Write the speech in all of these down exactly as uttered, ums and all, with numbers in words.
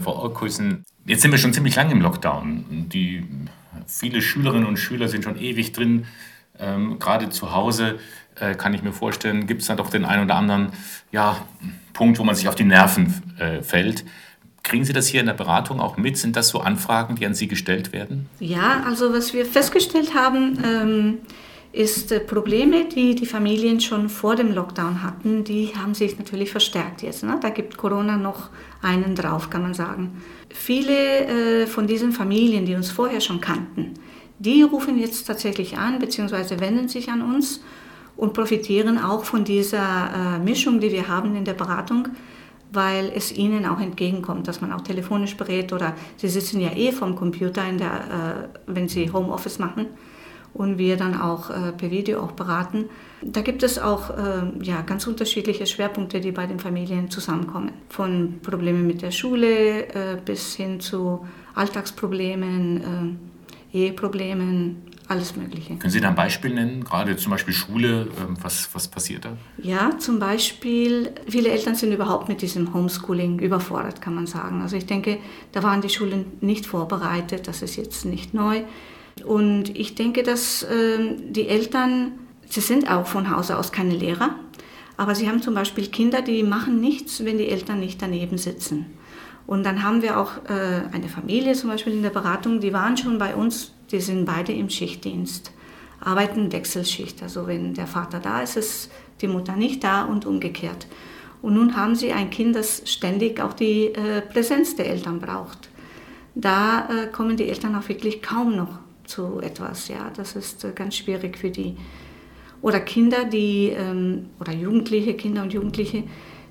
Frau Olkhuizen, jetzt sind wir schon ziemlich lange im Lockdown. Die, viele Schülerinnen und Schüler sind schon ewig drin. Ähm, gerade zu Hause äh, kann ich mir vorstellen, gibt es da doch den einen oder anderen ja, Punkt, wo man sich auf die Nerven äh, fällt. Kriegen Sie das hier in der Beratung auch mit? Sind das so Anfragen, die an Sie gestellt werden? Ja, also was wir festgestellt haben, ähm, ist äh, Probleme, die die Familien schon vor dem Lockdown hatten, die haben sich natürlich verstärkt jetzt. Ne? Da gibt Corona noch einen drauf, kann man sagen. Viele äh, von diesen Familien, die uns vorher schon kannten, die rufen jetzt tatsächlich an, beziehungsweise wenden sich an uns und profitieren auch von dieser äh, Mischung, die wir haben in der Beratung, weil es ihnen auch entgegenkommt, dass man auch telefonisch berät oder sie sitzen ja eh vom Computer, in der, äh, wenn sie Homeoffice machen und wir dann auch äh, per Video auch beraten. Da gibt es auch äh, ja, ganz unterschiedliche Schwerpunkte, die bei den Familien zusammenkommen. Von Problemen mit der Schule äh, bis hin zu Alltagsproblemen, äh, Eheproblemen, alles Mögliche. Können Sie da ein Beispiel nennen, gerade zum Beispiel Schule, was, was passiert da? Ja, zum Beispiel, viele Eltern sind überhaupt mit diesem Homeschooling überfordert, kann man sagen. Also ich denke, da waren die Schulen nicht vorbereitet, das ist jetzt nicht neu. Und ich denke, dass äh, die Eltern, sie sind auch von Hause aus keine Lehrer, aber sie haben zum Beispiel Kinder, die machen nichts, wenn die Eltern nicht daneben sitzen. Und dann haben wir auch äh, eine Familie zum Beispiel in der Beratung, die waren schon bei uns. Die sind beide im Schichtdienst, arbeiten Wechselschicht. Also wenn der Vater da ist, ist die Mutter nicht da und umgekehrt. Und nun haben sie ein Kind, das ständig auch die äh, Präsenz der Eltern braucht. Da äh, kommen die Eltern auch wirklich kaum noch zu etwas. Ja, das ist äh, ganz schwierig für die. Oder Kinder, die, ähm, oder Jugendliche, Kinder und Jugendliche,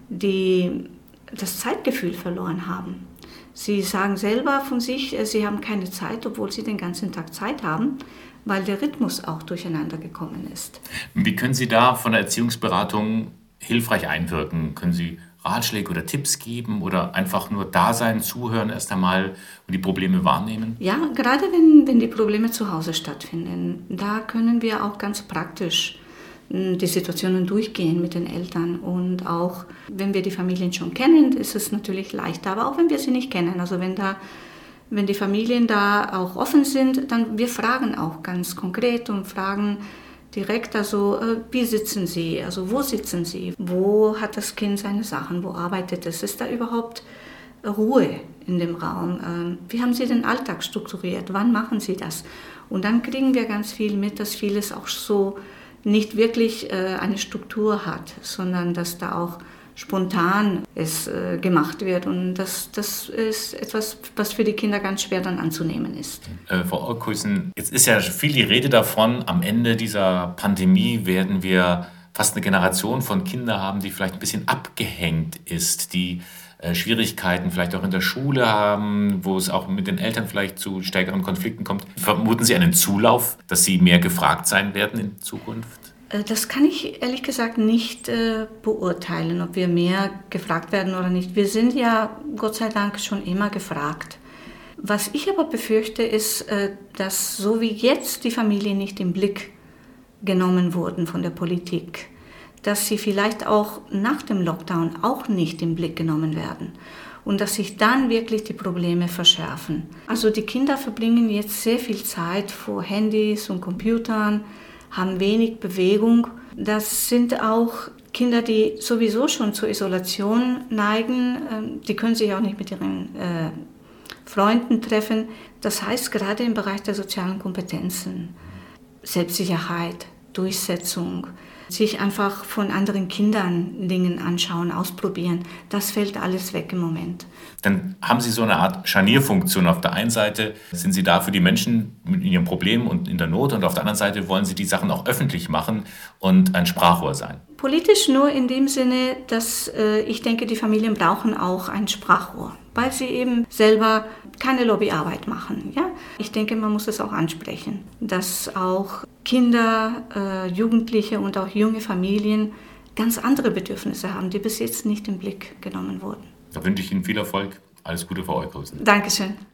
die das Zeitgefühl verloren haben. Sie sagen selber von sich, sie haben keine Zeit, obwohl sie den ganzen Tag Zeit haben, weil der Rhythmus auch durcheinander gekommen ist. Wie können Sie da von der Erziehungsberatung hilfreich einwirken? Können Sie Ratschläge oder Tipps geben oder einfach nur da sein, zuhören erst einmal und die Probleme wahrnehmen? Ja, gerade wenn, wenn die Probleme zu Hause stattfinden, da können wir auch ganz praktisch die Situationen durchgehen mit den Eltern. Und auch wenn wir die Familien schon kennen, ist es natürlich leichter, aber auch wenn wir sie nicht kennen. Also wenn, da, wenn die Familien da auch offen sind, dann wir fragen auch ganz konkret und fragen direkt, also wie sitzen sie, also wo sitzen sie, wo hat das Kind seine Sachen, wo arbeitet es, ist da überhaupt Ruhe in dem Raum, wie haben sie den Alltag strukturiert, wann machen sie das? Und dann kriegen wir ganz viel mit, dass vieles auch so nicht wirklich äh, eine Struktur hat, sondern dass da auch spontan es äh, gemacht wird. Und das, das ist etwas, was für die Kinder ganz schwer dann anzunehmen ist. Äh, Frau Olkhuizen, jetzt ist ja viel die Rede davon, am Ende dieser Pandemie werden wir fast eine Generation von Kindern haben, die vielleicht ein bisschen abgehängt ist, die äh, Schwierigkeiten vielleicht auch in der Schule haben, wo es auch mit den Eltern vielleicht zu stärkeren Konflikten kommt. Vermuten Sie einen Zulauf, dass Sie mehr gefragt sein werden in Zukunft? Das kann ich ehrlich gesagt nicht äh, beurteilen, ob wir mehr gefragt werden oder nicht. Wir sind ja Gott sei Dank schon immer gefragt. Was ich aber befürchte, ist, äh, dass so wie jetzt die Familien nicht im Blick genommen wurden von der Politik, dass sie vielleicht auch nach dem Lockdown auch nicht im Blick genommen werden und dass sich dann wirklich die Probleme verschärfen. Also die Kinder verbringen jetzt sehr viel Zeit vor Handys und Computern, haben wenig Bewegung. Das sind auch Kinder, die sowieso schon zur Isolation neigen. Die können sich auch nicht mit ihren äh, Freunden treffen. Das heißt, gerade im Bereich der sozialen Kompetenzen, Selbstsicherheit, Durchsetzung, sich einfach von anderen Kindern Dinge anschauen, ausprobieren, das fällt alles weg im Moment. Dann haben Sie so eine Art Scharnierfunktion. Auf der einen Seite sind Sie da für die Menschen mit ihren Problemen und in der Not und auf der anderen Seite wollen Sie die Sachen auch öffentlich machen und ein Sprachrohr sein. Politisch nur in dem Sinne, dass äh, ich denke, die Familien brauchen auch ein Sprachrohr, weil sie eben selber keine Lobbyarbeit machen. Ja? Ich denke, man muss es auch ansprechen, dass auch Kinder, äh, Jugendliche und auch junge Familien ganz andere Bedürfnisse haben, die bis jetzt nicht im Blick genommen wurden. Da wünsche ich Ihnen viel Erfolg. Alles Gute, Frau Olkhuizen. Dankeschön.